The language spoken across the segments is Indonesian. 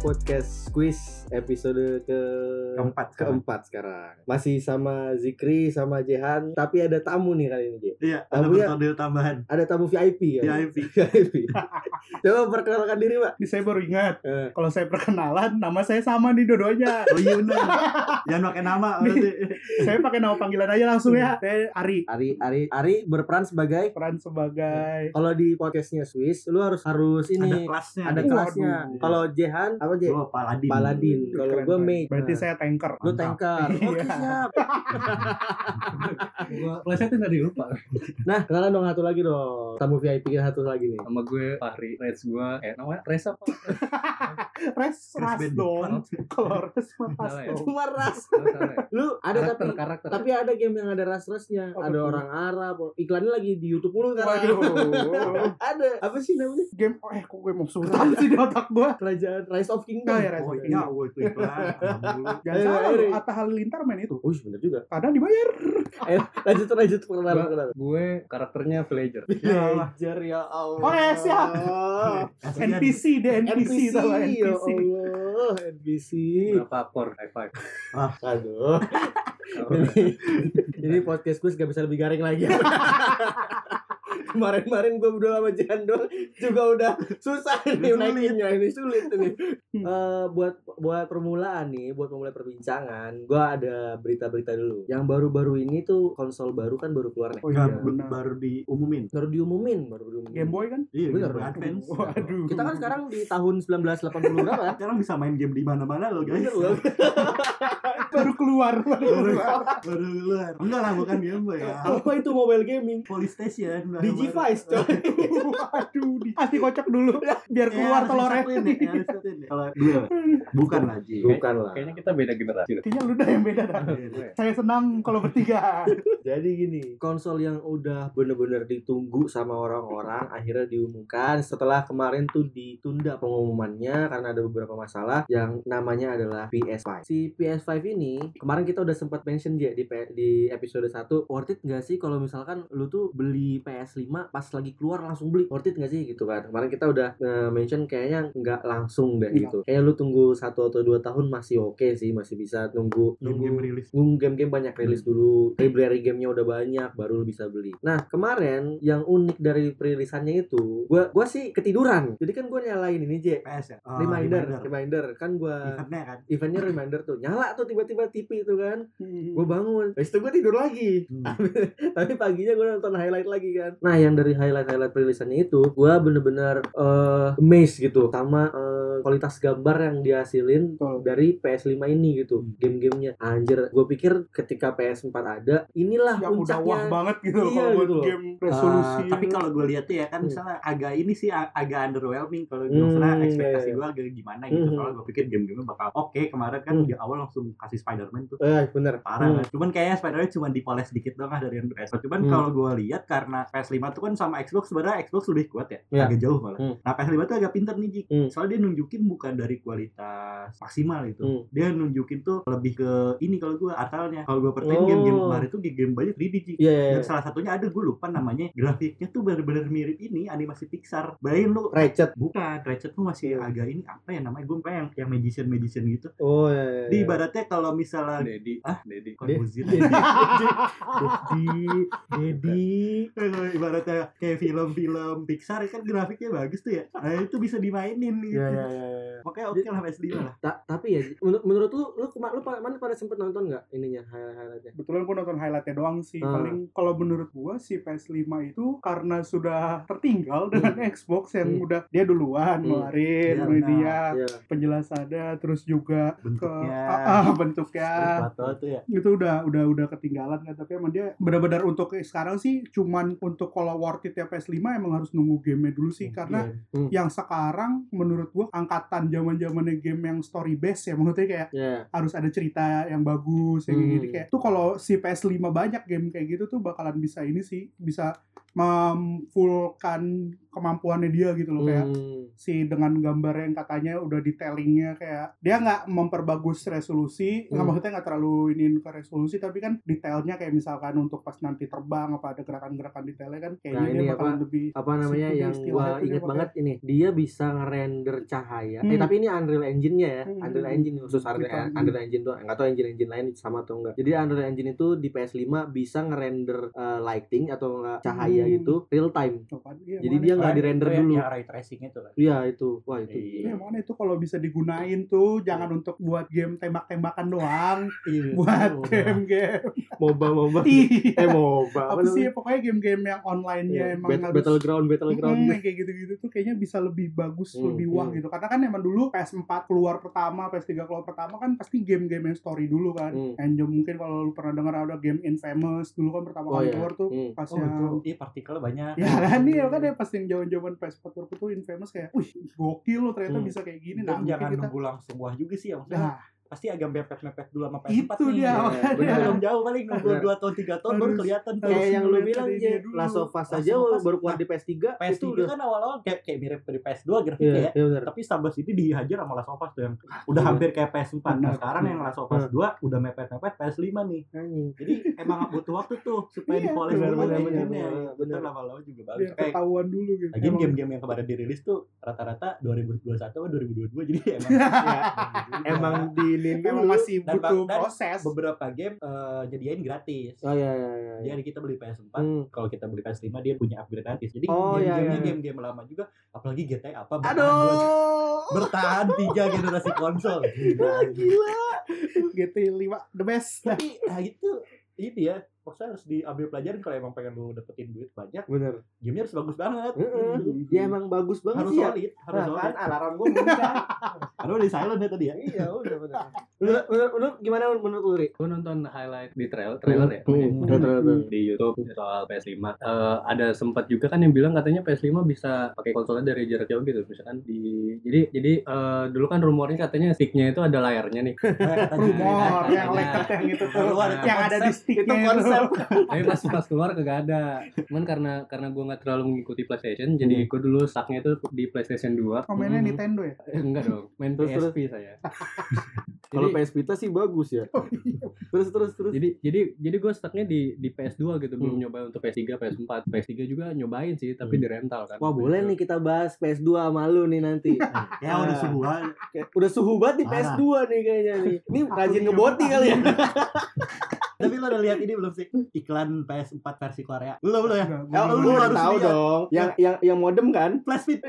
podcast quiz episode keempat sekarang. Masih sama Zikri sama Jehan, tapi ada tamu nih kali ini, Je. Iya, ada personil tambahan. Ada tamu VIP ya. VIP. Coba perkenalkan diri, Pak. Ini saya baru ingat. Kalau saya perkenalan, nama saya sama nih dua-duanya. Oh iya benar. Jangan pakai nama berarti. Saya pakai nama panggilan aja langsung ya. Saya Ari. Ari berperan sebagai Sebagai kalau di podcastnya Swiss, lu harus ini Ada kelasnya. Kalau Jehan apa, Je? Oh, Paladin. Kalau gue mate. Berarti saya tanker. Lu tanker. Oke, siap. Gua plesetnya tadi lupa. Nah, kenalan dong satu lagi dong. Tamu VIP kita satu lagi nih. Nama gue Fahri, rates gue namanya Res apa? Res dong. Kalau res mah Salah ya? dong. Cuma ras. Salah ya? Lu ada karakter. tapi ada game yang ada ras-rasnya. Oh, Ada betul. orang Arab. Iklannya lagi di YouTube mulu kan. Waduh. Ada. Apa sih namanya? Game kok gue mau sultan sih di otak gue. Kerajaan Rise of Kingdom. Oh, ya, Rise Oh of iya, Kingdom. itu iklan. Jangan Ayo, salah ayo. loh, Atta Halilintar main itu. Oh, bener juga. Kadang dibayar. Ayo, lanjut perkenalan. Gue karakternya Villager. Villager ya Allah. Oke, siap. Kasihan. NPC deh, NPC tau lah, ya NPC. Allah, NPC. Berapa core? High five. Aduh. Ini podcast gue gak bisa lebih garing lagi. Kemarin gue berdua sama Jan doang juga udah susah nih naikinnya, ini sulit nih. Buat permulaan nih, buat memulai perbincangan, gue ada berita-berita dulu. Yang baru-baru ini tuh konsol baru kan baru keluar nih. Oh iya, Enggak, benar. baru diumumin. Baru diumumin. Game Boy kan? Iya, Bener, Game Boy bener. Advance. Waduh. Kita kan sekarang di tahun 1980 berapa kan? Sekarang bisa main game di mana-mana loh, guys. Bener loh. baru keluar. Baru keluar. Enggak lah, bukan Game Boy ya. Apa itu mobile gaming? Polystation. Digivice, coy. Waduh, pasti kocok dulu biar keluar telurnya. Kalau dua, bukan lagi. Bukan lah. Kayaknya kita beda generasi. Kayaknya lu dah yang beda dah. Saya senang kalau bertiga. Jadi gini, konsol yang udah bener-bener ditunggu sama orang-orang akhirnya diumumkan setelah kemarin tuh ditunda pengumumannya karena ada beberapa masalah yang namanya adalah PS5. Si PS5 ini kemarin kita udah sempat mention di episode 1, worth it gak sih kalau misalkan lu tuh beli PS5 pas lagi keluar langsung beli, worth it gak sih gitu kan. Kemarin kita udah mention kayaknya nggak langsung deh gitu. Kayaknya lu tunggu 1 atau 2 tahun masih oke sih, masih bisa nunggu Game rilis. game banyak rilis dulu, library gamenya udah banyak baru lu bisa beli. Nah kemarin yang unik dari perilisannya itu gua sih ketiduran, jadi kan gua nyalain ini PS ya. reminder kan gua Eventnya kan. eventnya reminder tuh nyala tuh tiba-tiba TV itu kan, gua bangun habis itu gua tidur lagi. Tapi paginya gua nonton highlight lagi kan. Nah yang dari highlight perilisannya itu gua bener-bener amazed gitu sama kualitas gambar yang dihasilin dari PS5 ini gitu. Game-gamenya anjir, gue pikir ketika PS4 ada inilah Yang udah puncaknya. wah banget gitu Iya, kalau buat gitu loh. game resolusi. Tapi kalau gue lihat tuh ya kan misalnya agak ini sih agak underwhelming kalau gue Hmm, misalnya ekspektasi iya. gue agak gimana gitu. Hmm. Soalnya gue pikir game-gamenya bakal oke. Kemarin kan di awal langsung kasih Spider-Man tuh Bener. parah kan. Cuman kayaknya Spider-Man cuma dipoles dikit doang lah dari yang PS4. Cuman kalau gue lihat karena PS5 tuh kan sama Xbox sebenarnya Xbox lebih kuat ya, Iya. agak jauh malah. Nah PS5 tuh agak pinter nih Jik. Soalnya dia nunjukin bukan dari kualitas maksimal gitu. Dia nunjukin tuh lebih ke ini kalau gue asalnya. Kalau gue perhatiin game-game kemarin tuh game banyak 3D Jik. Iya. Dan salah satunya ada gue lupa namanya, grafiknya tuh bener-bener mirip ini animasi Pixar. Bayangin lu, Ratchet. bukan Ratchet tuh masih agak ini apa ya namanya, gue lupa yang magician gitu. Oh iya. Di ibaratnya kalau misalnya Dedi. Konfuzir. Dedi. Ibaratnya kayak film-film Pixar kan grafiknya bagus tuh ya. Nah itu bisa dimainin gitu. Iya. Makanya oke lah PS5 lah. Tapi ya menurut lu mana pada sempet nonton nggak ininya highlightnya? Betulan gue nonton highlightnya doang sih. Paling kalau menurut gue si PS5 itu karena sudah tertinggal dengan Xbox yang udah dia duluan ngeluarin Iya, media Iya. penjelasannya, terus juga Bentuknya. bentuknya Foto tuh ya. itu udah ketinggalan kan. Tapi emang dia benar-benar untuk sekarang sih cuman untuk kalau worth it ya PS5 emang harus nunggu gamenya dulu sih, karena yang sekarang menurut gua angkatan zaman-zamannya game yang story based ya, maksudnya kayak harus ada cerita yang bagus yang kayak gitu. Kayak tuh kalau si PS5 banyak game kayak gitu tuh bakalan bisa ini sih, bisa memfullkan kemampuannya dia gitu loh, kayak si dengan gambar yang katanya udah detailingnya kayak dia nggak memperbagus resolusi, nggak maksudnya nggak terlalu iniin ke resolusi, tapi kan detailnya kayak misalkan untuk pas nanti terbang apa ada gerakan-gerakan detailnya kan kayak Nah, dia ini bakalan lebih apa namanya yang gua inget banget ini, dia bisa ngerender cahaya. Tapi ini Unreal Engine-nya ya, Unreal Engine khusus Unreal Engine doang. Enggak tahu engine lain sama atau enggak. Jadi Unreal Engine itu di PS5 bisa ngerender lighting atau enggak cahaya gitu real time. Jadi dia nggak di-render dulu. Ya ray tracing itu kan. Iya itu. Wah itu. Iya, mana itu kalau bisa digunain tuh jangan untuk buat game tembak-tembakan doang, buat game-game MOBA. MOBA. Apa sih pokoknya game-game yang online-nya emang harus Battleground kayak gitu-gitu tuh kayaknya bisa lebih bagus, lebih wah gitu. Karena kan emang dulu PS4 keluar pertama, PS3 keluar pertama kan pasti game-game yang story dulu kan. Angel mungkin kalau lu pernah dengar ada game Infamous dulu kan pertama kali keluar tuh pas yang partikel banyak. Ya kan nih kan ya pas yang jaman-jaman PS4 tuh Infamous kayak, wih gokil lo ternyata bisa kayak gini. Nah, jangan nunggu langsung wah juga sih ya maksudnya. Pasti agak mepet-mepet dulu sama PS4 itu nih. Dia belum jauh paling nunggu 2 tahun 3 tahun baru kelihatan kayak yang lu bilang aja Last of Us aja baru keluar di PS3 itu udah kan awal-awal kayak mirip dari PS2 grafiknya tapi Stabas ini dihajar sama Last of Us tuh yang udah hampir kayak PS4. Nah sekarang yang Last of Us 2 udah mepet-mepet PS5 nih. Jadi emang butuh waktu tuh supaya dipoles bener-bener. Bener lama-lama juga bagus. Kayak ketahuan dulu gitu. Lagi game-game yang kemarin dirilis tuh rata-rata 2021 atau 2022 jadi emang di memang masih butuh proses. Beberapa game jadiin gratis. Iya. Jadi kita beli PS4, kalau kita beli PS5 dia punya upgrade gratis. Jadi game-gamenya game-game lama juga, apalagi GTA apa bertahan 3 generasi konsol. Gila. GTA 5 the best. Tapi itu ini ya, maksudnya harus diambil pelajaran kalau emang pengen lu dapetin duit banyak. Bener. Gamenya harus bagus banget. Ya emang bagus banget harus sih solid, ya. harus solid. Kan alarm gua muncul. Aduh di silent ya tadi ya. Iya udah bener. Menurut gimana menurut lu Ri? Gua nonton highlight di trailer ya. Di YouTube soal PS5. Ada sempat juga kan yang bilang katanya PS5 bisa pakai konsolnya dari jarak jauh gitu. Misalkan jadi dulu kan rumornya katanya sticknya itu ada layarnya nih. Rumor yang leket yang itu tuh yang ada di sticknya itu konsep. Tapi pas keluar kagak ada. Cuman karena gue nggak terlalu mengikuti PlayStation, jadi gue dulu stucknya itu di PlayStation 2. Mainnya Nintendo ya? Enggak dong, main PSP saya. Kalau PS Vita sih bagus ya. Terus. Jadi gue stucknya di PS2 gitu, belum nyoba untuk PS3, PS4. PS3 juga nyobain sih, tapi di rental kan. Wah boleh nih kita bahas PS2 sama lu nih nanti. Ya udah suhu banget. Udah suhu banget di PS2 nih kayaknya nih. Ini rajin ngeboti kali ya. Tapi lo udah lihat ini belum sih iklan PS4 versi Korea? Belum ya? Lu harus tahu dong. Yang modem kan? Flash speed.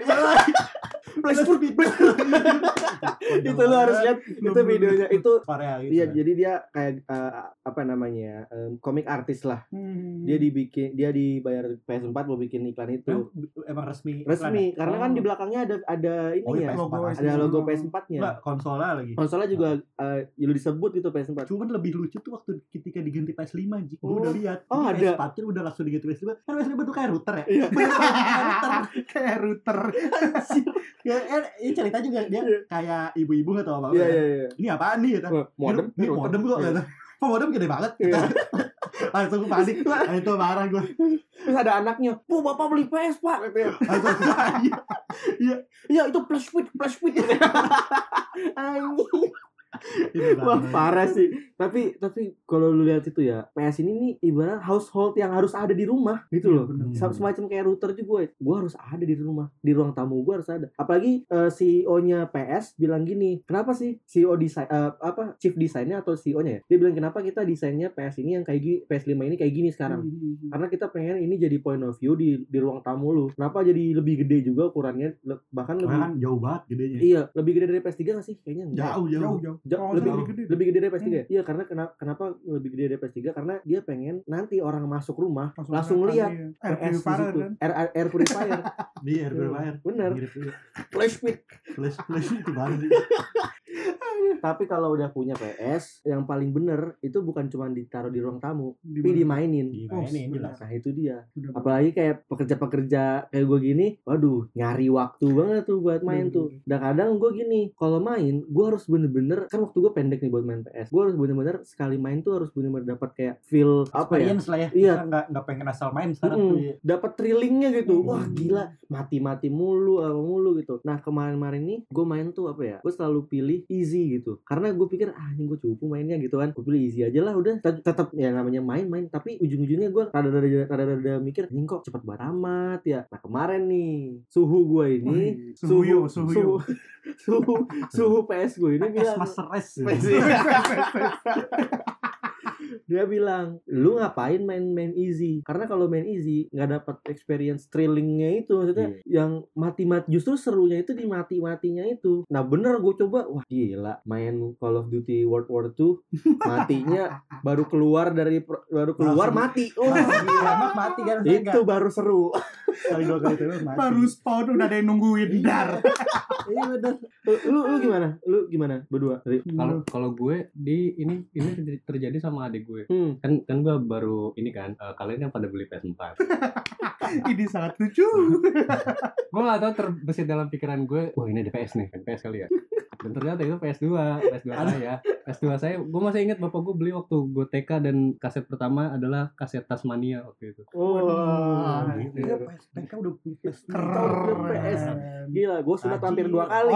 Itu lo harus lihat itu videonya itu Korea gitu. Iya, jadi dia kayak apa namanya? Komik artis lah. Dia dibayar PS4 mau bikin iklan itu. Emang resmi karena kan di belakangnya ada ini ya. Ada logo PS4-nya. Enggak, konsolnya lagi. Konsolnya juga lu disebut itu PS4. Cuman lebih lucu tuh waktu ketika diganti PS5 anjing. Gue udah lihat. Ada. PS4 udah langsung diganti PS5. Kan PS5 tuh kayak router ya. Iya. Kayak router. Ya, ini cerita juga dia kayak ibu-ibu nggak tahu apa-apa. Iya. Ini apaan nih? Modem. Ini modem kok. Kok modem gede banget? Langsung gue panik. Itu marah gue. Terus ada anaknya, "Bu, Bapak beli PS, Pak." Katanya. Iya, itu flash speed. Anjing. Wah parah sih. Tapi kalau lu lihat itu ya, PS ini nih ibarat household yang harus ada di rumah gitu loh. Semacam kayak router juga. Gue harus ada di rumah, di ruang tamu gue harus ada. Apalagi CEO-nya PS bilang gini, kenapa sih CEO desain chief desainnya atau CEO-nya ya? Dia bilang kenapa kita desainnya PS ini yang kayak gini, PS5 ini kayak gini sekarang. Karena kita pengen ini jadi point of view di ruang tamu lu. Kenapa jadi lebih gede juga ukurannya, bahkan lebih kan jauh banget gedenya. Iya, lebih gede dari PS3 nggak sih? Kayaknya Jauh. Lebih gede dari PS3. Iya, karena kenapa lebih gede dari PS3? Karena dia pengen nanti orang masuk rumah langsung lihat PS di situ. Air purifier. Iya, air purifier. Bener. Flash speed itu baru sih. Tapi kalau udah punya PS, yang paling bener itu bukan cuma ditaruh di ruang tamu, tapi dimainin. Jelas. Nah itu dia. Apalagi kayak pekerja-pekerja kayak gue gini, waduh nyari waktu banget tuh buat main tuh. Dan kadang gue gini, kalau main gue harus bener-bener, kan waktu gue pendek nih buat main PS, gue harus bener-bener sekali main tuh harus bener-bener dapat kayak feel experience lah ya. Iya. Nggak pengen asal main sekarang tuh. Dapat thrillingnya gitu. Wah gila, mati-mati mulu gitu. Nah kemarin-kemarin nih gue main tuh apa ya, gue selalu pilih easy gitu, karena gue pikir ini gue cukup mainnya gitu kan, gue pilih easy aja lah udah. Tetap ya namanya main tapi ujung-ujungnya gue rada mikir ini kok cepet banget amat ya. Nah kemarin nih suhu gue ini suhu PS gue ini bilang Master Race. Dia bilang, lu ngapain main easy? Karena kalau main easy nggak dapat experience thrillingnya itu, maksudnya yang mati-mati, justru serunya itu di mati-matinya itu. Nah bener gue coba, wah gila, main Call of Duty World War II matinya baru keluar mati. Oh gila, mati kan? Itu baru seru. Baru spawn udah ada yang nungguin dar. Iya bener. Lu gimana? Lu gimana berdua? Kalau gue ini terjadi sama adik gue. Kan gue baru ini kan, kalian yang pada beli PS4. Ini sangat lucu. Gue gak tahu terbesit dalam pikiran gue, wah ini ada PS nih, PS kali ya. Dan ternyata itu PS2 saya. PS2 saya, gue masih ingat bapak gue beli waktu gue TK, dan kaset pertama adalah kaset Tasmania waktu itu. TK udah punya PS. PS. Gila, gue sunat hampir 2 kali.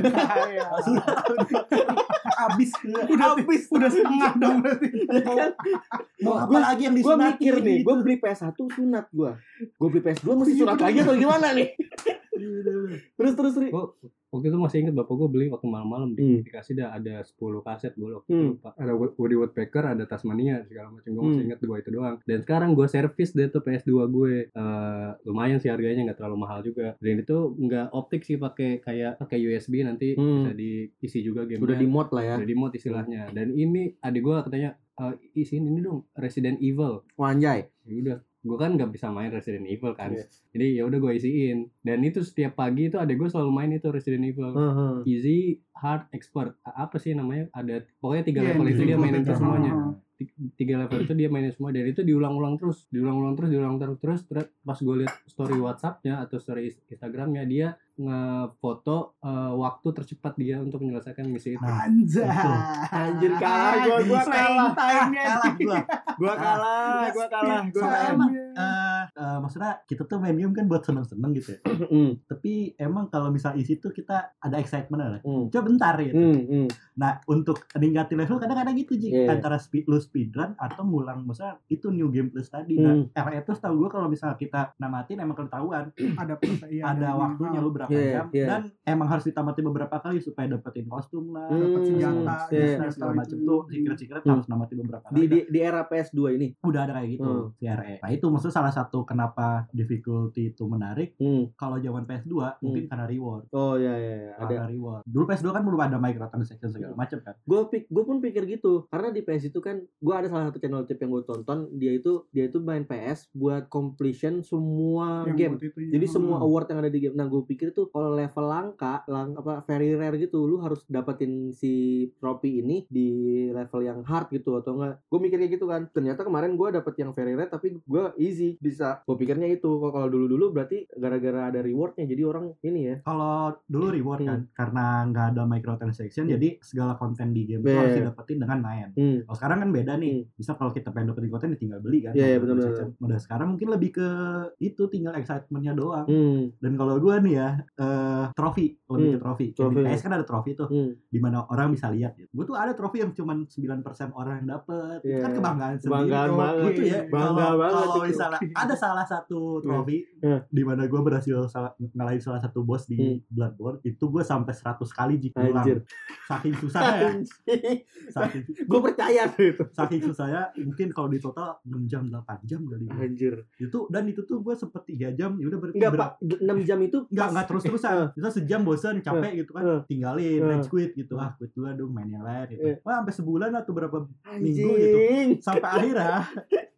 Habis udah setengah dong berarti. Mau apa lagi yang disunat? Gue mikir nih, gue beli PS1 sunat gue beli PS2 mesti sunat lagi atau gimana nih? Terus Waktu itu masih ingat bapak gue beli waktu malam-malam dikasih ada 10 kaset gue waktu itu, ada Woody Woodpecker, ada Tasmania segala macam. Gue masih ingat 2 itu doang. Dan sekarang gue servis deh tuh PS2 gue, lumayan sih harganya, nggak terlalu mahal juga. Dan itu nggak optik sih, pakai USB, nanti bisa diisi juga game. Udah di mod lah ya. Udah di mod istilahnya. Dan ini adik gue katanya, isiin ini dong Resident Evil. Wanjay. Ya udah, gue kan nggak bisa main Resident Evil kan, jadi ya udah gue isiin. Dan itu setiap pagi itu adek gue selalu main itu Resident Evil. Easy, hard, expert, apa sih namanya, ada pokoknya 3 level itu dia mainin itu semuanya. 3 level itu dia mainin semua, dan itu diulang-ulang terus. Pas gue lihat story WhatsApp-nya atau story Instagram-nya, dia ngefoto waktu tercepat dia untuk menyelesaikan misi itu. Anjir kalah gue kalah. Emang maksudnya kita tuh main game kan buat seneng-seneng gitu ya. Tapi emang kalau misal isi tuh kita ada excitement lah. Coba bentar gitu. Nah untuk meningkatin level kadang-kadang gitu antara lu speedrun atau ngulang, maksudnya itu new game plus tadi. Nah RE itu setahu gue kalau misalnya kita namatin emang ketahuan ada waktunya lu berapa jam, dan emang harus ditamati beberapa kali supaya dapetin kostum lah, dapet senjata, segala macam tuh secret harus namati beberapa kali. Di era PS2 ini udah ada kayak gitu si RE. Nah itu maksudnya salah satu kenapa difficulty itu menarik. Kalau zaman PS2 mungkin karena reward. Oh iya ada reward. Dulu PS2 kan belum ada microtransaction segala macam kan. Gue pun pikir gitu, karena di PS itu kan gue ada salah satu channel tip yang gue tonton, dia itu main PS buat completion semua game. Jadi semua award yang ada di game. Nah gue pikir tuh kalau level langka very rare gitu, lu harus dapetin si trofi ini di level yang hard gitu atau enggak. Gue mikirnya gitu kan. Ternyata kemarin gue dapet yang very rare tapi gue easy bisa. Gue pikirnya itu. Kalau dulu berarti gara-gara ada rewardnya, jadi orang ini ya. Kalau dulu reward kan karena nggak ada microtransaction, jadi segala konten di game itu harus didapetin dengan main. Kalau sekarang kan beda nih. Bisa kalau kita pengen dapetin konten tinggal beli kan. Iya benar. Udah sekarang mungkin lebih ke itu, tinggal excitementnya doang. Dan kalau gue nih ya, trofi, lebih ke trofi. Di PS kan ada trofi tuh, dimana orang bisa lihat gitu. Gue tuh ada trofi yang cuma 9% orang yang dapet. Itu kan kebanggaan sendiri. Banggaan banget gitu ya. Bangga banget. Kalau misalnya ada salah satu trofi dimana gue berhasil ngalahin salah satu bos di Bloodborne, itu gue sampai 100 kali ulang. Saking susahnya. Gue percaya itu. Saking susahnya, mungkin kalau di total 6 jam 8 jam kali. Anjir. Itu tuh gue sempet 3 jam, ya udah berarti enggak Pak, 6 jam itu enggak terus-terusan. Bisa sejam bosan, capek gitu kan. Tinggalin, rage quit gitu. Quit dulu dong, main yang lain gitu. Wah, sampai sebulan atau berapa minggu gitu. Sampai akhirnya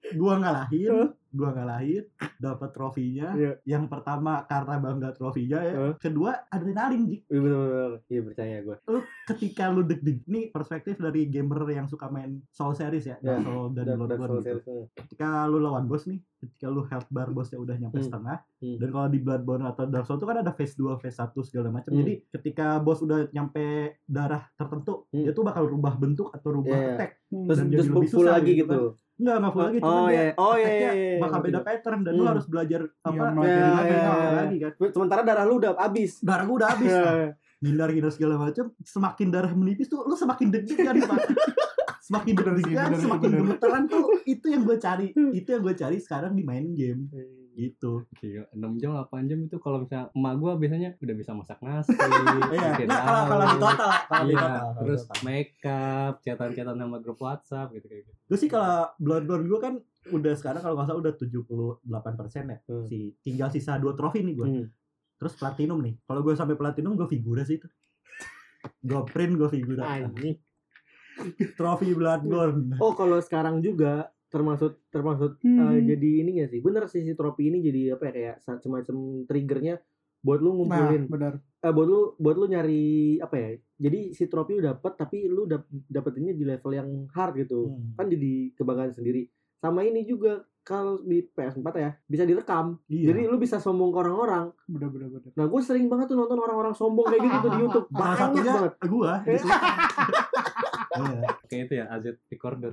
Gua ngalahin, dapat trofinya. Yang pertama karena bangga trofinya ya. Kedua adrenalin, Jik. Iya benar. Iya percaya gue. Lu ketika lu deg-deg, ini perspektif dari gamer yang suka main Soul series ya, Soul dan Bloodborne gitu. Ketika lu lawan bos nih, ketika lu health bar bosnya udah nyampe setengah, dan kalau di Bloodborne atau Dark Souls itu kan ada phase 2, phase 1 segala macam. Jadi ketika bos udah nyampe darah tertentu, dia tuh bakal rubah bentuk atau rubah attack. Terus lebih full lagi gitu. Enggak full lagi, cuma dia bakal beda pattern dan lu harus belajar lagi kan. Sementara darah lu udah habis. Darah gua udah habis. Hindar segala macam, semakin darah menipis tuh lu semakin deg-degan Pak. Semakin deg-degan, semakin gemeteran tuh itu yang gue cari sekarang di main game. Gitu. Oke, 6 jam 8 jam itu kalau misalnya emak gue biasanya udah bisa masak nasi. Nah, kalau di total, terus make up, chatan-chatan sama grup WhatsApp gitu kayak gitu. Gue sih kalau Bloodborne gue kan udah sekarang kalau nggak salah udah 78% ya. Tinggal sisa 2 trofi nih gue. Terus platinum nih. Kalau gue sampai platinum gue figura sih itu. Gue print gue figura. Trofi Bloodborne. Oh, kalau sekarang juga termasuk jadi ini nggak sih? Bener sih si trofi ini jadi apa ya, kayak semacam triggernya buat lu ngumpulin. Nah, benar. Buat lu nyari apa ya? Jadi si trofi lu dapet tapi lu dapetinnya di level yang hard gitu. Kan jadi kebanggaan sendiri. Sama ini juga kalau di PS4 ya bisa direkam. Jadi lu bisa sombong ke orang-orang. Bener. Nah, gue sering banget tuh nonton orang-orang sombong kayak gitu tuh di YouTube. Banyak banget. Gue gitu. Kayak itu ya, AZ recorder.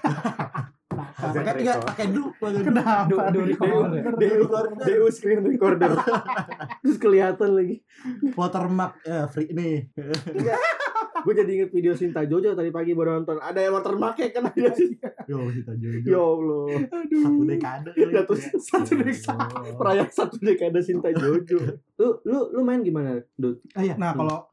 Pakai Kenapa? DU screen recorder. Terus kelihatan lagi. Watermark free nih. Gue jadi inget video Sinta Jojo tadi pagi baru nonton. Ada yang watermark-nya kan ada sih. Sinta Jojo. Ya Allah. Satu dekade. Satu dekade. Perayaan 1 dekade Sinta Jojo. Lu main gimana, Dut? Nah, kalau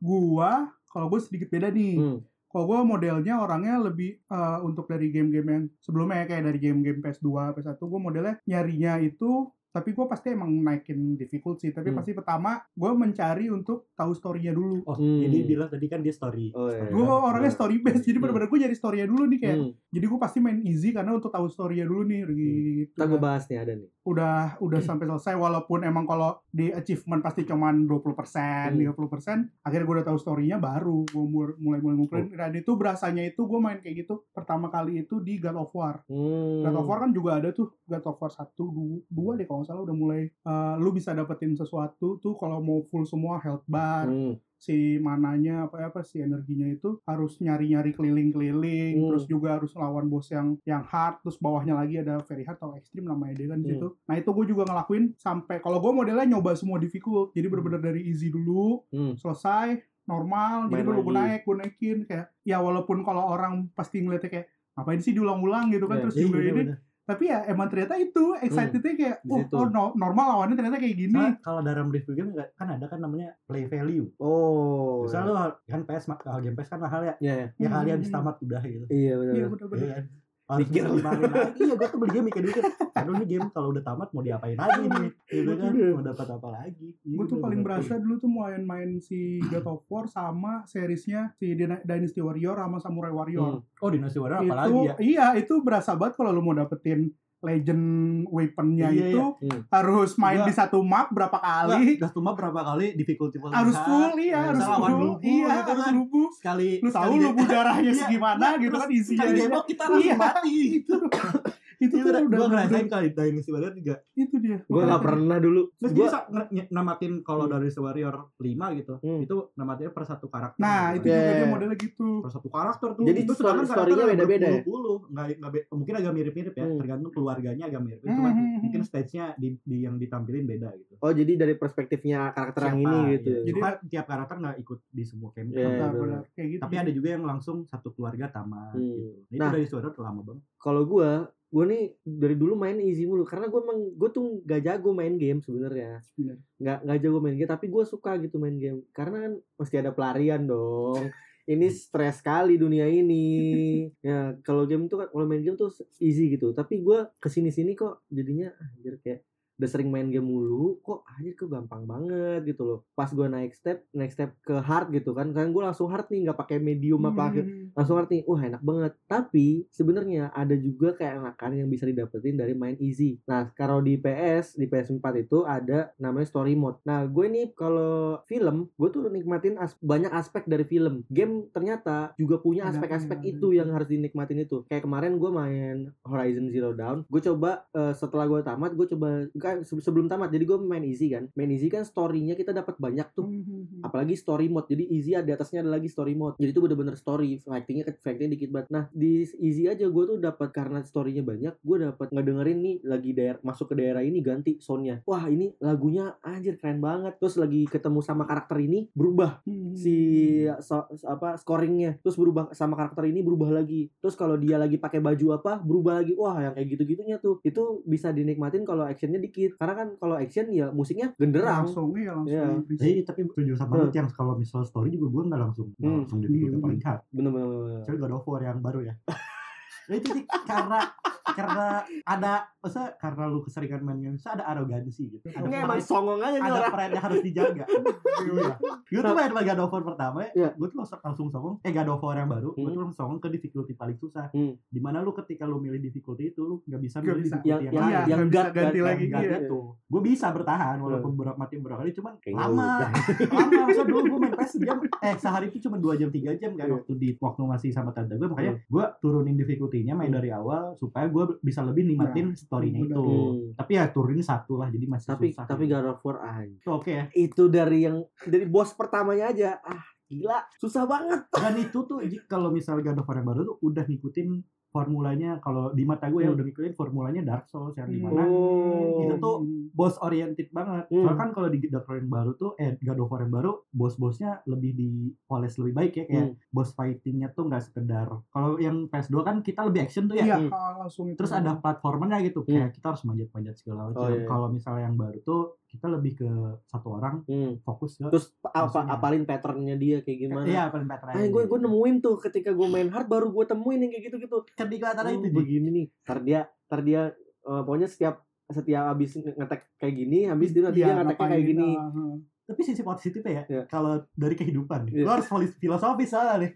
gue sedikit beda nih. Kalau gue modelnya orangnya lebih untuk dari game-game yang sebelumnya kayak dari game-game PS2, PS1 gue modelnya nyarinya itu, tapi gue pasti emang naikin difficulty, tapi pasti pertama gue mencari untuk tahu story-nya dulu. Jadi bilang tadi kan dia story. Gue orangnya story based, jadi benar-benar gue nyari story-nya dulu nih kayak. Jadi gue pasti main easy karena untuk tahu story-nya dulu nih gitu. Kita gue bahas nih, ada nih. Udah sampai selesai, walaupun emang kalau di achievement pasti cuman 20%, 30%, akhirnya gue udah tahu story-nya, baru gue mulai ngumpulin. Dan itu berasanya itu gue main kayak gitu pertama kali itu di God of War. God of War kan juga ada tuh, God of War 1, 2 deh kalau nggak salah udah mulai lu bisa dapetin sesuatu tuh kalau mau full semua health bar. Si mananya apa si energinya itu harus nyari keliling-keliling, terus juga harus lawan bos yang hard, terus bawahnya lagi ada very hard atau ekstrim namanya dia kan di situ. Nah, itu gue juga ngelakuin sampai, kalau gue modelnya nyoba semua difficult. Jadi benar-benar dari easy dulu, selesai normal, jadi baru gue naikin kayak ya, walaupun kalau orang pasti ngeliatnya kayak ngapain sih diulang-ulang gitu kan, terus juga ini bener. Tapi ya emang ternyata itu excitednya kayak normal lawannya ternyata kayak gini. Nah, kalau dalam review game kan ada kan namanya play value. Misalnya lo kan game PS kan mahal ya. Ya kali habis tamat udah gitu. Iya benar. Mikir lagi. Iya, gue tuh beli game mikir. Aduh, nih game kalau udah tamat mau diapain lagi nih? Gitu kan, mau dapat apa lagi? Gue tuh paling berasa dulu tuh main si God of War sama seriesnya si Dynasty Warrior sama Samurai Warrior. Dynasty Warrior apalagi ya? Iya, itu berasa banget kalau lu mau dapetin legend weaponnya harus main di satu map berapa kali? Satu map berapa kali? Difficulty harus full, harus full. Harus lubu. Sekali lu tahu lubu darahnya segimana gitu kan isinya. Sekali demo kita langsung mati gitu. Itu udah ngerasain kali Dynasty Warrior 3. Itu dia. Gue gak pernah dulu. Terus dia bisa namatin kalau Dynasty Warrior 5 gitu. Itu namatinnya per satu karakter. Nah, itu juga dia modelnya gitu. Per satu karakter tuh. Jadi itu story-nya beda-beda ya? Mungkin agak mirip-mirip ya, tergantung keluarganya agak mirip. Cuma mungkin stage-nya yang ditampilin beda gitu. Oh, jadi dari perspektifnya karakter yang ini gitu. Jadi tiap karakter gak ikut di semua camp. Benar, kayak gitu. Tapi ada juga yang langsung satu keluarga tamat gitu. Itu Dynasty Warrior lama banget. Kalau gue nih dari dulu main easy mulu karena gue tuh gak jago main game sebenarnya. Nggak jago main game, tapi gue suka gitu main game karena kan mesti ada pelarian dong. Ini stres sekali dunia ini. Ya kalau game tuh kan, kalau main game tuh easy gitu, tapi gue kesini kok jadinya anjir kayak udah sering main game mulu, kok gampang banget gitu loh. Pas gue naik step ke hard gitu kan gue langsung hard nih, nggak pakai medium apa langsung hard nih, enak banget. Tapi sebenarnya ada juga keenakan yang bisa didapetin dari main easy. Nah kalau di PS4 itu ada namanya story mode. Nah gue nih kalau film gue tuh nikmatin banyak aspek dari film. Game ternyata juga punya aspek-aspek itu yang harus dinikmatin itu. Kayak kemarin gue main Horizon Zero Dawn, gue coba setelah gue tamat, gue coba kan sebelum tamat, jadi gue main easy kan story-nya kita dapat banyak tuh, apalagi story mode. Jadi easy di atasnya ada lagi story mode, jadi itu bener-bener story, fightingnya dikit banget. Nah di easy aja gue tuh dapat, karena story-nya banyak, gue dapat ngedengerin nih lagi masuk ke daerah ini ganti soundnya, wah ini lagunya anjir keren banget. Terus lagi ketemu sama karakter ini berubah scoringnya, terus berubah sama karakter ini berubah lagi. Terus kalau dia lagi pakai baju apa berubah lagi. Wah yang kayak gitu-gitunya tuh itu bisa dinikmatin kalau actionnya dikit, karena kan kalau action ya musiknya genderang langsung. Tapi setuju sama lu yang kalau misal story juga gue nggak langsung difficulty paling hard. Bener. Kecuali God of War yang baru ya. Itu sih karena ada, maksudnya karena lu keseringan main game ada arogansi gitu. Emang songong aja nih orang. Ada pride yang harus dijaga. Gue tuh main God of War pertama gue tuh langsung songong. God of War yang baru gue tuh langsung songong ke difficulty paling susah. Dimana lu ketika lu milih difficulty itu lu nggak bisa milih difficulty yang ganti lagi gitu. Gue bisa bertahan walaupun mati berapa kali, cuman lama. Maksudnya dulu gue main PS sejam, sehari itu cuma 2 jam 3 jam kan waktu masih sama tante gue. Makanya gue turunin difficulty-nya main dari awal supaya gue bisa lebih nikmatin story-nya itu. Tapi ya turunin 1 lah, jadi masih susah. Tapi God of War oke ya. Itu dari bos pertamanya aja gila susah banget. Dan itu tuh kalau misalnya God of War yang baru tuh udah ngikutin formulanya, kalau di mata gue udah ngikutin formulanya Dark Souls yang dimana itu tuh boss oriented banget. Soalnya kan kalau di Dark Souls yang baru tuh God of War yang baru bos-bosnya lebih dipoles lebih baik ya, kayak boss fightingnya tuh nggak sekedar, kalau yang PS2 kan kita lebih action tuh ya. Langsung terus ada platformnya gitu, kayak kita harus manjat-manjat segala macam. Kalau misalnya yang baru tuh kita lebih ke satu orang fokus ke terus apalin patternnya dia kayak gimana. Iya, apalin patternnya. Gue nemuin tuh ketika gue main hard, baru gue temuin yang kayak gitu-gitu. Kedikatan itu begini nih. Ntar dia pokoknya setiap habis ngetek kayak gini, habis dia nanti dia ngeteknya kayak gini. Tapi sisi positifnya kalau dari kehidupan lo harus filosofis soalnya nih.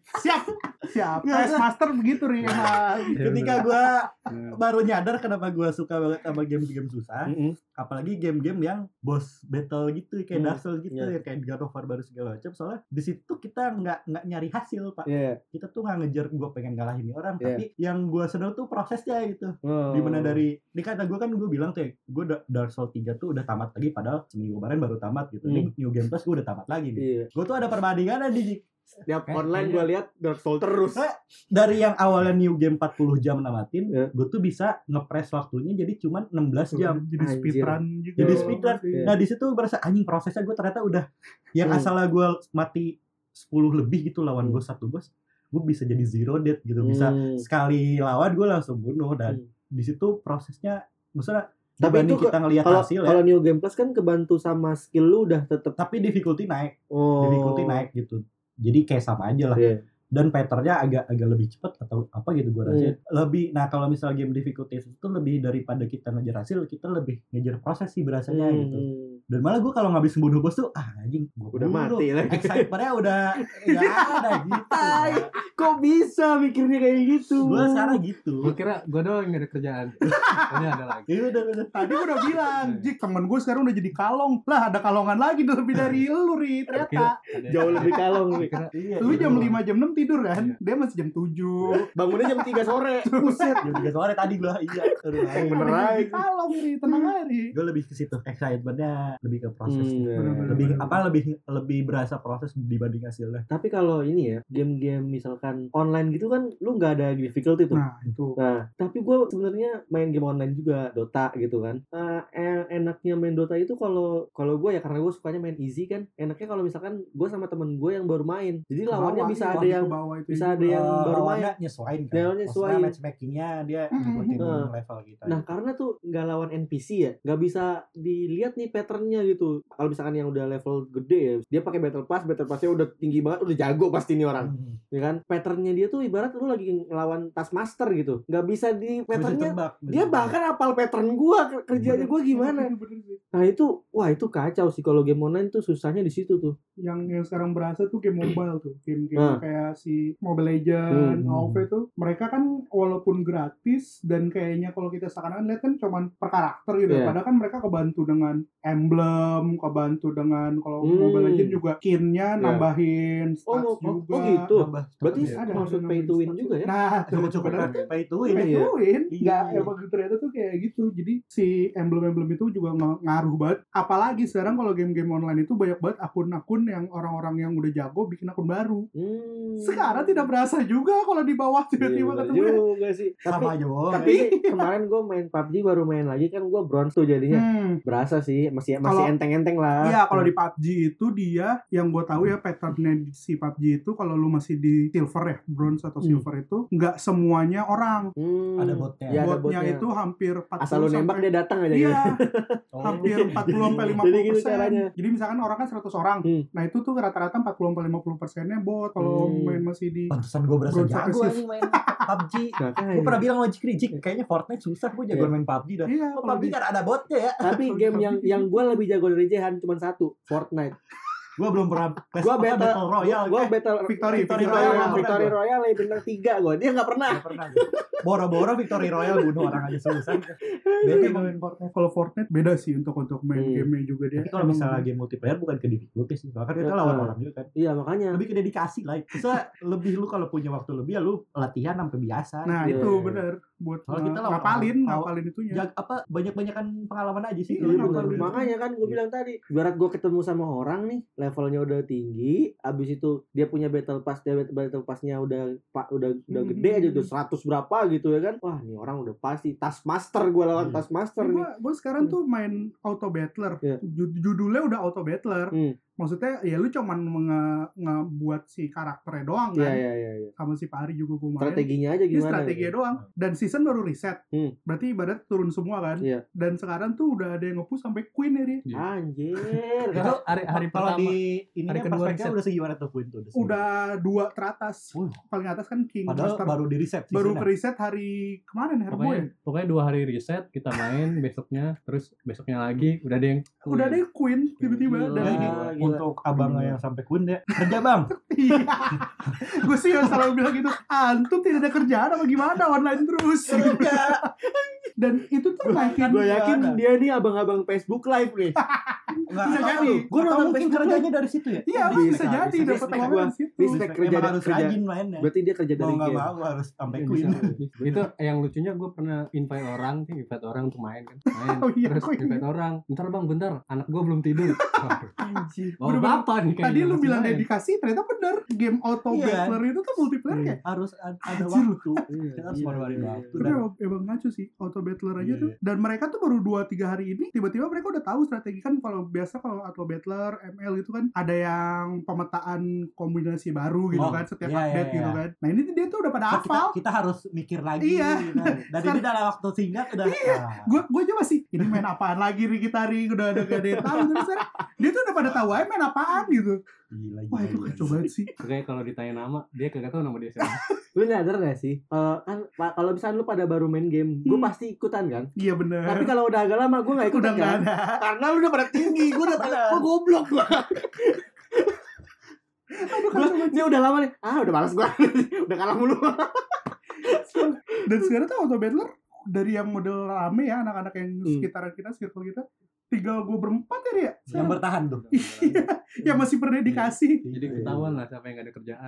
Siap. PS Master begitu nih. Ketika gue baru nyadar kenapa gue suka banget sama game-game susah, apalagi game-game yang boss battle gitu kayak Dark Souls gitu, yang kayak God of War baru segala macam. Soalnya di situ kita nggak nyari hasil, Pak. Kita tuh nggak ngejar gue pengen ngalahin ini orang, tapi yang gue seneng tuh prosesnya gitu. Dimana dari kata gue kan gue bilang tuh gue Dark Souls 3 tuh udah tamat lagi, padahal seminggu kemarin baru tamat gitu. Ini New Game Plus gue udah tamat lagi nih. Gue tuh ada perbandingan di setiap online gue lihat Dark Souls terus. Dari yang awalnya New Game 40 jam namatin, gue tuh bisa ngepres waktunya jadi cuma 16 jam. Jadi speedrun juga. Jadi speedrun. Nah di situ berasa anjing, prosesnya gue ternyata udah yang asalnya gue mati 10 lebih gitu lawan satu bos, gue bisa jadi zero death gitu. Bisa sekali lawan gue langsung bunuh, dan di situ prosesnya maksudnya. Tapi itu kita ngelihat hasil kalau New Game Plus kan kebantu sama skill lu udah tetap, tapi difficulty naik. Difficulty naik gitu. Jadi kayak sama aja lah. Dan patternnya agak lebih cepat atau apa gitu gue rasa. Lebih, nah kalau misalnya game difficulty itu lebih daripada kita ngejar hasil, kita lebih ngejar proses sih berasanya gitu. Dan malah gue kalau ngabis bunuh bos tuh anjing udah mati lah. Excitementnya udah nggak ada gitu. Kok bisa mikirnya kayak gitu? Gue sekarang gitu. Gue kira gue doang yang ada kerjaan. Ini ada lagi. Udah. Tadi gue udah bilang, Jik, temen gue sekarang udah jadi kalong. Lah ada kalongan lagi lebih dari lu, Ri, ternyata. Jauh lebih kalong nih. Lu jam 5 jam 6 tidur kan? Dia masih jam 7. Bangunnya jam 3 sore. Buset. Jam 3 sore tadi gue Bener aja. Kalong, Ri, tenang aja, Ri. Gue lebih ke situ, excitementnya lebih ke proses. Lebih berasa proses dibanding hasilnya. Tapi kalau ini ya, game-game misalkan online gitu kan lu nggak ada difficulty tuh. Nah itu. Tapi gue sebenarnya main game online juga, Dota gitu kan. Enaknya main Dota itu kalau gue ya, karena gue sukanya main easy kan. Enaknya kalau misalkan gue sama temen gue yang baru main, jadi lawannya bisa ada yang yang bisa ada yang baru main nyesuaiin kan. Maksudnya matchmakingnya dia ngikutin level kita. Nah karena tuh nggak lawan NPC ya, nggak bisa dilihat nih patternnya gitu. Kalau misalkan yang udah level gede ya, dia pakai battle passnya udah tinggi banget, udah jago pasti nih orang, ya kan? Patternnya dia tuh ibarat lu lagi ngelawan Taskmaster gitu, nggak bisa di patternnya. Dia bahkan apal pattern gua, kerjanya gua gimana. Nah itu, wah itu kacau sih kalau game online tuh susahnya di situ tuh. Yang sekarang berasa tuh game mobile tuh, game-game kayak si Mobile Legends, AoV tuh, mereka kan walaupun gratis dan kayaknya kalau kita sekarang lihat kan cuman per karakter gitu, padahal kan mereka kebantu dengan emblem, kebantu dengan kalau Mobile Legends juga skin-nya nambahin stats juga. Oh gitu. Berarti ada maksud pay to win juga ya? Nah, coba pay to win. Enggak, emang ternyata tuh kayak gitu. Jadi si emblem-emblem itu juga ngaruh banget. Apalagi sekarang kalau game-game online itu banyak banget akun-akun yang orang-orang yang udah jago bikin akun baru. Sekarang tidak berasa juga kalau di bawah tiba-tiba ketemu juga sih. Tapi kemarin gue main PUBG baru main lagi kan gue bronze tuh jadinya. Berasa sih masih enteng-enteng lah. Iya, kalau di PUBG itu dia yang gue tahu ya patternnya si PUBG itu kalau lu masih di silver ya, bronze atau silver itu nggak semuanya orang. Ada botnya. Ya, botnya itu hampir 40 asal lu nembak dia datang aja. Iya. Hampir 40-50%. Jadi misalkan orang kan 100 orang. Nah, itu tuh rata-rata 40-50%-nya bot kalau main masih di. Pantesan gue berasa jago anjing main PUBG. Gue pernah bilang sama Jik, kayaknya Fortnite susah, gue jago main PUBG dah. Iya, PUBG kan ada botnya ya. Tapi game yang gue lebih jago dari Jehan cuma satu, Fortnite. Gue belum pernah Battle Royale. Gue Battle Victory Royale bener 3 gue. Dia nggak pernah. Boro-boro Victory Royale bunuh orang aja susah. Beda main Fortnite. Kalau Fortnite beda sih untuk main game-nya juga dia. Tapi kalau misalnya game multiplayer bukan ke difficulty sih. Bahkan kita lawan orang juga kan. Iya makanya. Lebih ke dedikasi lah. Bisa lebih lu kalau punya waktu lebih ya lu latihan sampai biasa. Nah itu bener. Buat kalau kita ngapalin itunya. Banyak-banyakan pengalaman aja sih. Makanya kan gue bilang tadi. Ibarat gue ketemu sama orang nih, levelnya udah tinggi, abis itu dia punya battle passnya udah gede aja udah 100 berapa gitu ya kan. Wah ini orang udah pasti Taskmaster, gue lawan Taskmaster nih. Gue sekarang tuh main auto battler. Judulnya udah auto battler. Maksudnya ya lu cuman ngebuat si karakternya doang kan. Iya. Sama si Pari juga gue main. Strateginya aja gimana? Strateginya doang. Dan season baru reset. Berarti ibarat turun semua kan. Iya. Dan sekarang tuh udah ada yang nge-push sampai Queen ya dia. Anjir. Itu hari pertama di ini perspektifnya udah segimana tuh Queen tuh? Udah 2 teratas. Paling atas kan King. Padahal baru di reset. Baru ke reset hari kemarin pokoknya 2 hari reset kita main, besoknya terus besoknya lagi udah ada yang Queen tiba-tiba. Dan ini untuk abang yang sampai Queen ya kerja bang. Gue sih yang selalu bilang gitu, antum tidak ada kerjaan apa gimana online terus. Dan itu tuh gue yakin dia nih abang-abang Facebook Live nih. Bisa jadi. Gue nonton mungkin kerjanya dari situ ya. Iya bisa jadi dapat uang dari situ. Respect kerja harus rajin mainnya. Berarti dia kerja dari game. Mau harus sampai Queen. Itu yang lucunya gue pernah invite orang untuk main kan. Terus invite orang. Bentar anak gue belum tidur. Anjir. Apa nih tadi lu bilang dedikasi, ternyata bener. Game auto battler itu tuh multiplayer kayak harus ada waktu. Kita harus menawarin waktu. Tapi emang ngaco sih auto battler aja tuh. Dan mereka tuh baru 2-3 hari ini tiba-tiba mereka udah tahu strategi kan. Kalau biasa kalau auto battler ML gitu kan ada yang pemetaan kombinasi baru gitu kan setiap update gitu kan. Nah ini dia tuh udah pada hafal. Kita harus mikir lagi. Dan ini dalam waktu singkat udah. Gue aja masih ini main apaan lagi nih kita udah ada gak ada yang tahu. Terus dia tuh udah pada tahu aja main apaan gitu. Gila. Wah itu kacau banget sih. Kayak kalau ditanya nama dia kagak tahu nama dia siapa. Lu nyadar gak sih kan kalau misalnya lu pada baru main game gue pasti ikutan kan. Iya benar. Tapi kalau udah agak lama gue gak ikutan kan. Karena lu udah pada tinggi. Gue udah pada goblok gue. Ini udah lama nih. Udah malas gue. Udah kalah mulu. Dan sekarang tuh auto battler dari yang model rame ya, anak-anak yang sekitaran kita, circle kita, tinggal gue berempat ya dia. Yang bertahan tuh. Iya, yang masih berdedikasi. Jadi ketahuan lah siapa yang gak ada kerjaan.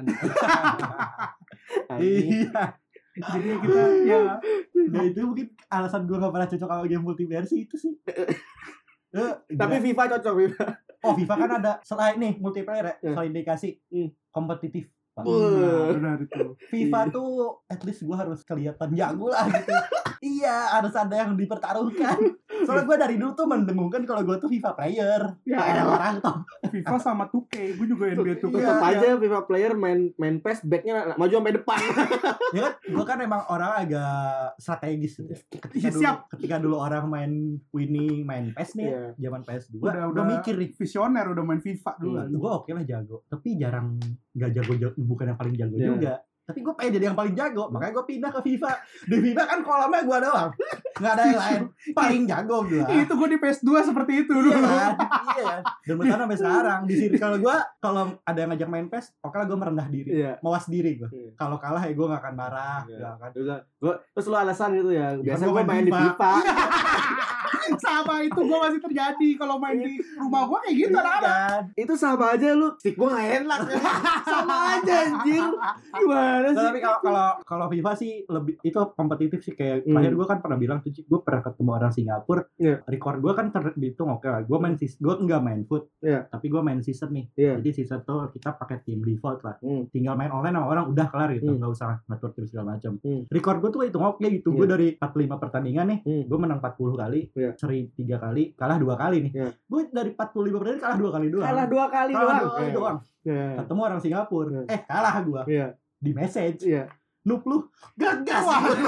Iya. Jadi kita ya. Nah itu mungkin alasan gue gak pernah cocok sama game multiplayer sih itu sih. Tapi FIFA cocok FIFA. Oh FIFA kan ada selain nih multiplayer ya, selain dedikasi, kompetitif. Benar itu. FIFA tuh at least gue harus kelihatan jago lah gitu. Iya harus ada yang dipertaruhkan. Soalnya gue dari dulu tuh mendengungkan kalau gue tuh FIFA player. Ya, ada orang tuh FIFA sama 2K, gue juga NBA 2K. Tetap aja FIFA player main PES backnya maju sampai depan. Ya kan, gue kan emang orang agak strategis. Ketika dulu orang main winning, main PES nih, zaman PS2, udah mikir nih, visioner, udah main FIFA dulu. Gue oke lah jago, tapi jarang nggak jago, bukan yang paling jago juga. Tapi gue pengen jadi yang paling jago, makanya gue pindah ke FIFA. Di FIFA kan kolamnya gue doang, nggak ada yang lain. Paling jago gue. Itu gue di PS2 seperti itu dulu. Iya. Dan bertahan sampai sekarang. Di sini kalau ada yang ngajak main PES, oke lah gue merendah diri, mawas diri gue. Kalau kalah ya gue nggak akan marah. Terus lu alasan gitu ya. Biasa gue main di FIFA. Sama itu gue masih terjadi kalau main di rumah gue kayak gitu kan. Itu sama aja lu. Stick gue gak enak. Sama aja anjir. Gimana sih? Tapi kalau FIFA sih lebih itu kompetitif sih, kayak terakhir gue kan pernah bilang tuh, gue pernah ketemu orang Singapura. Record gue kan terhitung oke lah. Gue enggak main foot. Tapi gue main season nih. Jadi season tuh kita pakai tim default lah. Tinggal main online sama orang udah kelar gitu. Enggak usah ngatur tim segala macam. Record gue tuh itu oke gitu. Gue dari 45 pertandingan nih, gue menang 40 kali. Seri 3 kali, kalah 2 kali nih. Gue dari 45 pertandingan kalah 2 kali doang. Kalah 2 kali doang. Ketemu orang Singapura. Kalah gue. Di message. Noob lu gagas.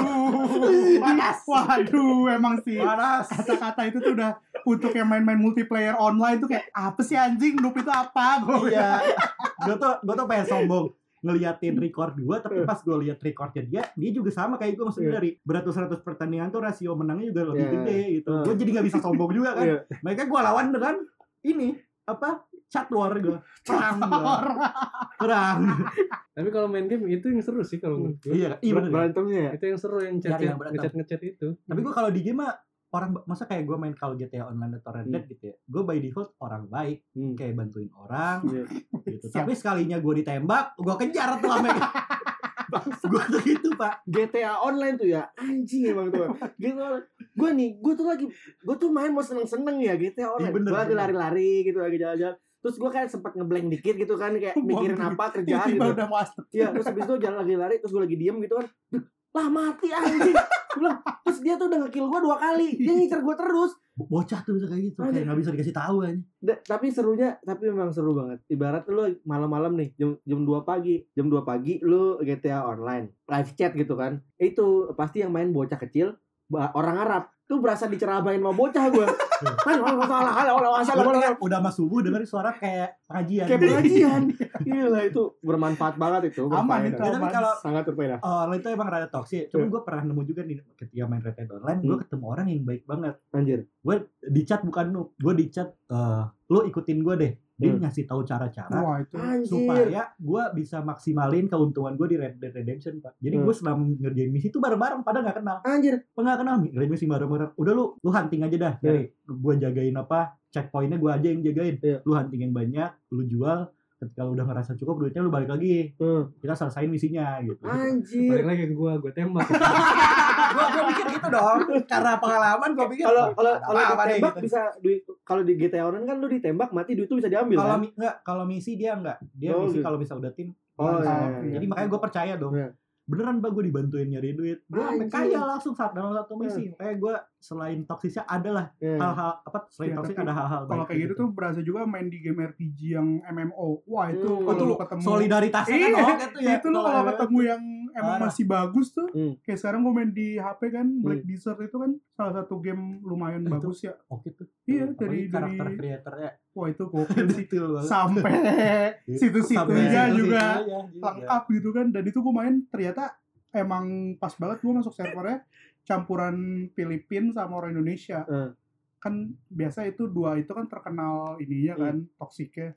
Waduh, emang sih. Kata-kata itu tuh udah untuk yang main-main multiplayer online tuh kayak apa sih anjing, noob itu apa? Iya. Gue tuh pengen sombong ngeliatin record gue, tapi pas gue liat recordnya dia juga sama kayak gue, maksudnya dari beratus-ratus pertandingan tuh rasio menangnya juga lebih gede gitu. Gue jadi nggak bisa sombong juga kan. Mereka gue lawan dengan ini chat war gue, perang. Tapi kalau main game itu yang seru sih kalau menurut gue. Iya berantemnya. Itu yang seru, yang ngechat itu. Tapi gue kalau di game mah orang, masa kayak gue main Call GTA Online atau Red Dead gitu ya, gue by default orang baik, kayak bantuin orang gitu. Tapi sekalinya gue ditembak, gue kejar tuh sama gue tuh gitu Pak. GTA Online tuh ya anjing emang tuh. Gitu. Gue tuh main mau seneng-seneng ya GTA Online. Gue lagi lari-lari gitu, lagi jalan-jalan. Terus gue kayak sempat ngeblank dikit gitu kan, kayak mikirin apa kerjaan gitu. Iya, terus habis itu jalan lagi lari, terus gue lagi diem gitu kan. Lah mati anjing. Terus dia tuh udah nge-kill gue 2 kali. Dia ngincer gue terus. Bocah tuh bisa kayak gitu. Kayak gak bisa dikasih tahu aja. Tapi memang seru banget. Ibarat lu malam-malam nih, jam 2 pagi. Jam 2 pagi lu GTA Online. Live chat gitu kan. Itu pasti yang main bocah kecil, orang Arab. Tuh berasa diceramain sama bocah gue. Kan udah mas subuh dengerin suara kayak pengajian. Gila, itu bermanfaat banget itu. Aman itu. Tapi kalau sangat berfaedah. Online itu emang rada toksik. Cuma gue pernah nemu juga nih ketika main Red Dead Online, gue ketemu orang yang baik banget. Anjir. Gue di chat bukan noob. Gue di chat lu ikutin gue deh. Dia ngasih tahu cara-cara supaya gue bisa maksimalin keuntungan gue di Red Dead Redemption, Pak. Jadi gue selama ngerjain misi itu bareng-bareng, padahal nggak kenal. Anjir, nggak kenal nih, ngerjain misi bareng-bareng. Udah lu hunting aja dah. Dari gue jagain checkpointnya gue aja yang jagain. Lu hunting yang banyak, lu jual. Ketika lu udah ngerasa cukup duitnya, lu balik lagi. Kita selesaiin misinya gitu. Anjir. Balik lagi ke gue tembak. Gue pikir gitu dong, karena pengalaman gue pikir kalau ditembak gitu. Bisa duit. Kalau di GTA Online kan lu ditembak mati, duit lu bisa diambil. Kalau misi dia enggak. Dia misi kalau bisa udah tim. Jadi makanya gue percaya dong. Beneran Pak, gue dibantuin nyari duit. Gue sampai kaya langsung dalam satu misi. Makanya gue selain toksisnya adalah hal-hal selain toksik ada hal-hal. Kalau kayak gitu tuh berasa juga main di game RPG yang MMO. Wah itu kalau ketemu solidaritasnya kan gitu ya. Itu lo kalau ketemu yang emang masih bagus tuh. Kayak sekarang gue main di HP kan, Black Desert itu kan salah satu game lumayan bagus ya. Oke tuh. Iya, dari karakter kreatornya. Wah itu gokil sih. Sampai situ-situnya juga lengkap gitu kan. Dan itu gue main ternyata emang pas banget. Gue masuk servernya campuran Filipina sama orang Indonesia. Kan biasa itu dua itu kan terkenal ininya kan, toksiknya.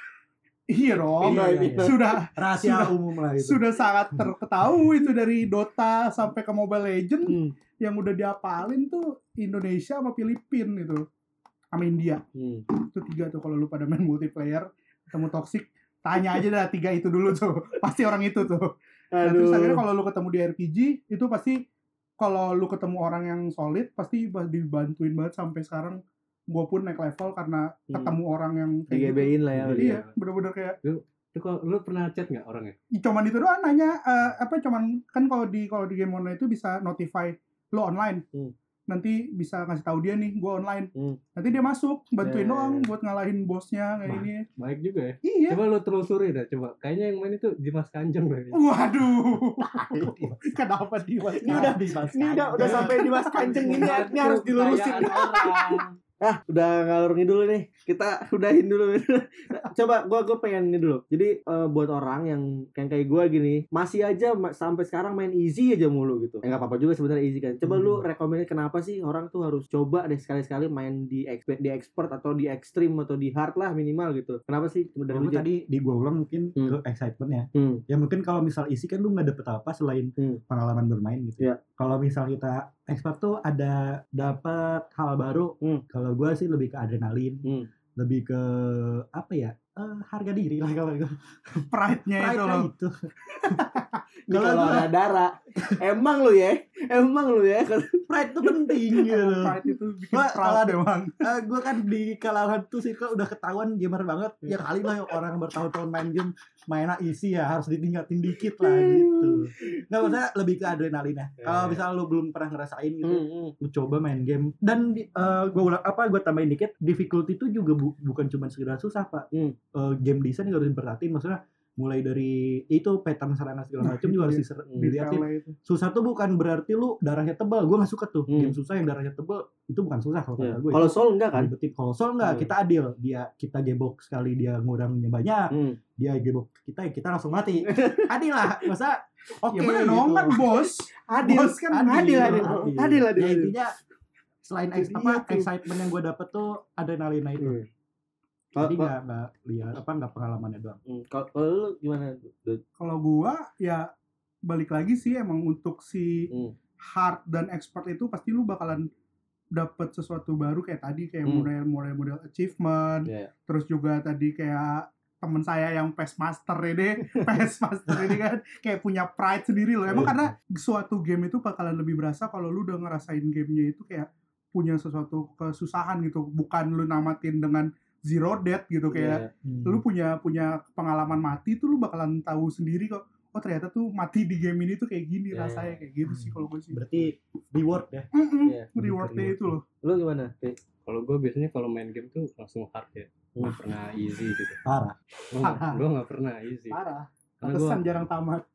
Iya dong, sudah rahasia umum lah itu. Sudah sangat terketahui itu dari Dota sampai ke Mobile Legends yang udah diapalin tuh Indonesia sama Filipina gitu. Sama India. Itu 3 tuh kalau lu pada main multiplayer ketemu toksik, tanya aja dah 3 itu dulu tuh. Pasti orang itu tuh. Nah, terus akhirnya kalau lu ketemu di RPG itu pasti kalau lu ketemu orang yang solid pasti dibantuin banget. Sampai sekarang gue pun naik level karena ketemu orang yang kayak gitu. Lah ya. Iya, bener-bener kayak lu pernah chat nggak orangnya? Cuman itu doang nanya cuman kan kalau di game online itu bisa notify lu online. nanti bisa ngasih tahu dia nih gue online. Nanti dia masuk bantuin doang buat ngalahin bosnya kayak ini. Baik juga ya. Iya. Coba lu telusuri dah, coba. Kayaknya yang main itu Dimas Kanjeng deh. Waduh. Kenapa Dimas? Ini udah sampai Dimas Kanjeng ini harus dilurusin. Udah ngalur ngidul nih. Kita udahin dulu. Coba gue pengen ini dulu. Jadi buat orang yang kayak gue gini, masih aja sampai sekarang main easy aja mulu gitu. Enggak apa-apa juga sebenarnya easy kan. Coba lu rekomend kenapa sih orang tuh harus coba deh sekali-sekali main di expert atau di extreme atau di hard lah minimal gitu. Kenapa sih? Dari tadi di gue ulang mungkin ke excitement ya. Ya mungkin kalau misal easy kan lu nggak dapet apa selain pengalaman bermain gitu. Yeah. Kalau misal kita expert tuh ada dapat hal baru. Kalau gue sih lebih ke adrenalin, lebih ke apa ya, harga diri lah kalau itu. Pride-nya itu. Kalau ada darah, emang lu ya, pride itu penting gitu. Pride itu bikin proud emang. Gue kan di kalangan tuh sih kan udah ketahuan gamer banget. Ya kali lah orang bertahun-tahun main game mainnya isi ya harus ditingkatin dikit lah gitu. Nggak maksudnya lebih ke adrenalin ya. Kalau misalnya lu belum pernah ngerasain gitu, lu coba main game. Dan gue tambahin dikit, difficulty itu juga bukan cuma sekedar susah pak. Game design juga harus diperhatiin. Maksudnya mulai dari itu pattern serangan segala macam juga harus dilihatin. Susah tuh bukan berarti lu darahnya tebal. Gue nggak suka tuh game susah yang darahnya tebal. Itu bukan susah kalau kata gue. Kalau Soul enggak kan? Kalau Soul enggak, kita adil. Kita gebok sekali dia ngurangnya banyak. Dia gebok kita langsung mati. Adil lah. Masa oke dong kan bos. Adil. Bos kan adil. Ya intinya selain excitement yang gue dapet tuh adrenalin itu. Jadi nggak pengalamannya doang. Kalau lu gimana? Kalau gua ya balik lagi sih emang untuk si hard dan expert itu pasti lu bakalan dapet sesuatu baru kayak tadi kayak model achievement. Terus juga tadi kayak temen saya yang PES Master ini kan kayak punya pride sendiri loh. Emang karena suatu game itu bakalan lebih berasa kalau lu udah ngerasain gamenya itu kayak punya sesuatu kesusahan gitu. Bukan lu namatin dengan zero death gitu kayak lu punya pengalaman mati tuh lu bakalan tahu sendiri kok. Oh ternyata tuh mati di game ini tuh kayak gini rasanya kayak gitu sih kalau gue sih. Berarti reward ya. Rewardnya itu loh. Lu gimana? Kalau gue biasanya kalau main game tuh langsung hard ya. Nggak pernah easy gitu. Parah. Gue nggak pernah easy. Parah. Pantesan jarang tamat.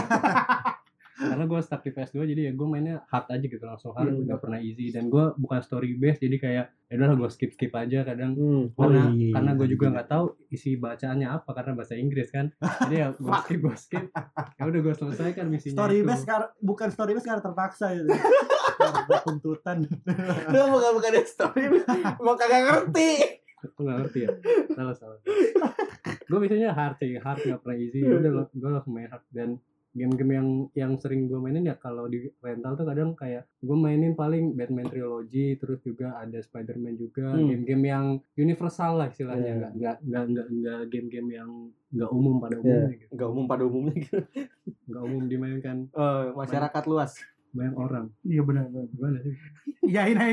Karena gue stuck di PS2 jadi ya gue mainnya hard aja gitu langsung hard, nggak pernah easy. Dan gue bukan story based jadi kayak ya udah gue skip aja kadang karena gue juga nggak tahu isi bacaannya apa karena bahasa Inggris kan. Jadi ya gue skip. Ya udah gue selesaikan misinya. Story based bukan story based karena terpaksa gitu. Karena tuntutan. Lu bukan story mau kagak ngerti. Aku nggak ngerti ya. Salah. Gue biasanya hard nggak pernah easy. Udah gue langsung main hard. Dan game-game yang sering gue mainin ya kalau di rental tuh kadang kayak gue mainin paling Batman Trilogy, terus juga ada Spider-Man juga, game-game yang universal lah istilahnya, nggak game-game yang nggak umum pada umumnya gitu. Nggak umum pada umumnya gitu. Nggak umum dimainkan masyarakat luas. Banyak orang. Iya benar. Gimana sih? Ya ini.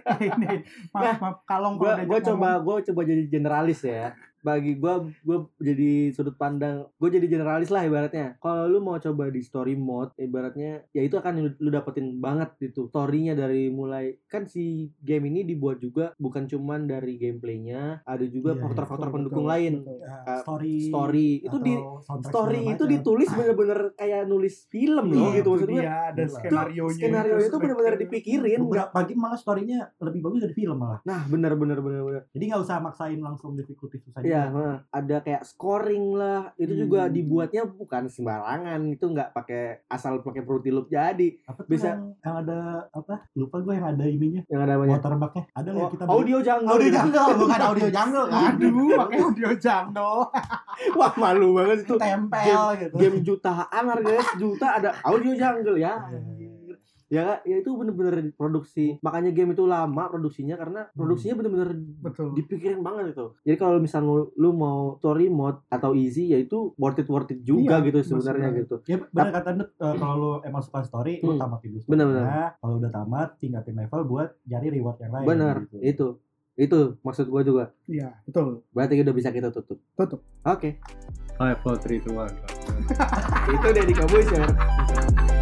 Maaf kalong kalau gue coba jadi generalis ya. Bagi gue jadi sudut pandang, gue jadi generalis lah ibaratnya. Kalau lu mau coba di story mode, ibaratnya ya itu akan lu dapetin banget itu story-nya dari mulai kan si game ini dibuat juga bukan cuman dari gameplaynya, ada juga faktor-faktor pendukung lain. Story itu itu ditulis bener-bener kayak nulis film loh gitu maksudnya. Iya, ada skenario itu bener-bener dipikirin. Pagi malah story-nya lebih bagus dari film malah. Nah, bener. Jadi nggak usah maksain langsung difficulty susah. Iya, ada kayak scoring lah. Itu juga dibuatnya bukan sembarangan. Itu nggak pakai asal pakai Fruity Loop jadi. Apa tuh bisa yang ada apa? Lupa gue yang ada ininya. Yang ada banyak. Watermarknya. Ada lah kita. Audio jungle, bukan audio jungle. Aduh, pakai audio jungle. Wah, malu banget itu. Tempel gitu. Game jutaan harganya sejuta ada audio jungle ya. Ya itu bener-bener produksi. Makanya game itu lama produksinya karena produksinya bener-bener dipikirin banget itu. Jadi kalau misalnya lu mau story mode atau easy ya itu worth it juga gitu sebenarnya gitu. Ya benar kata Nut, kalau lu emang suka story lu tamatin dulu. Benar. Kalau udah tamat tingkatin level buat cari reward yang lain. Benar. Gitu. Itu maksud gua juga. Iya, betul. Berarti udah bisa kita tutup. Oke. 5 4 3 2 1. Itu dari kamu ya.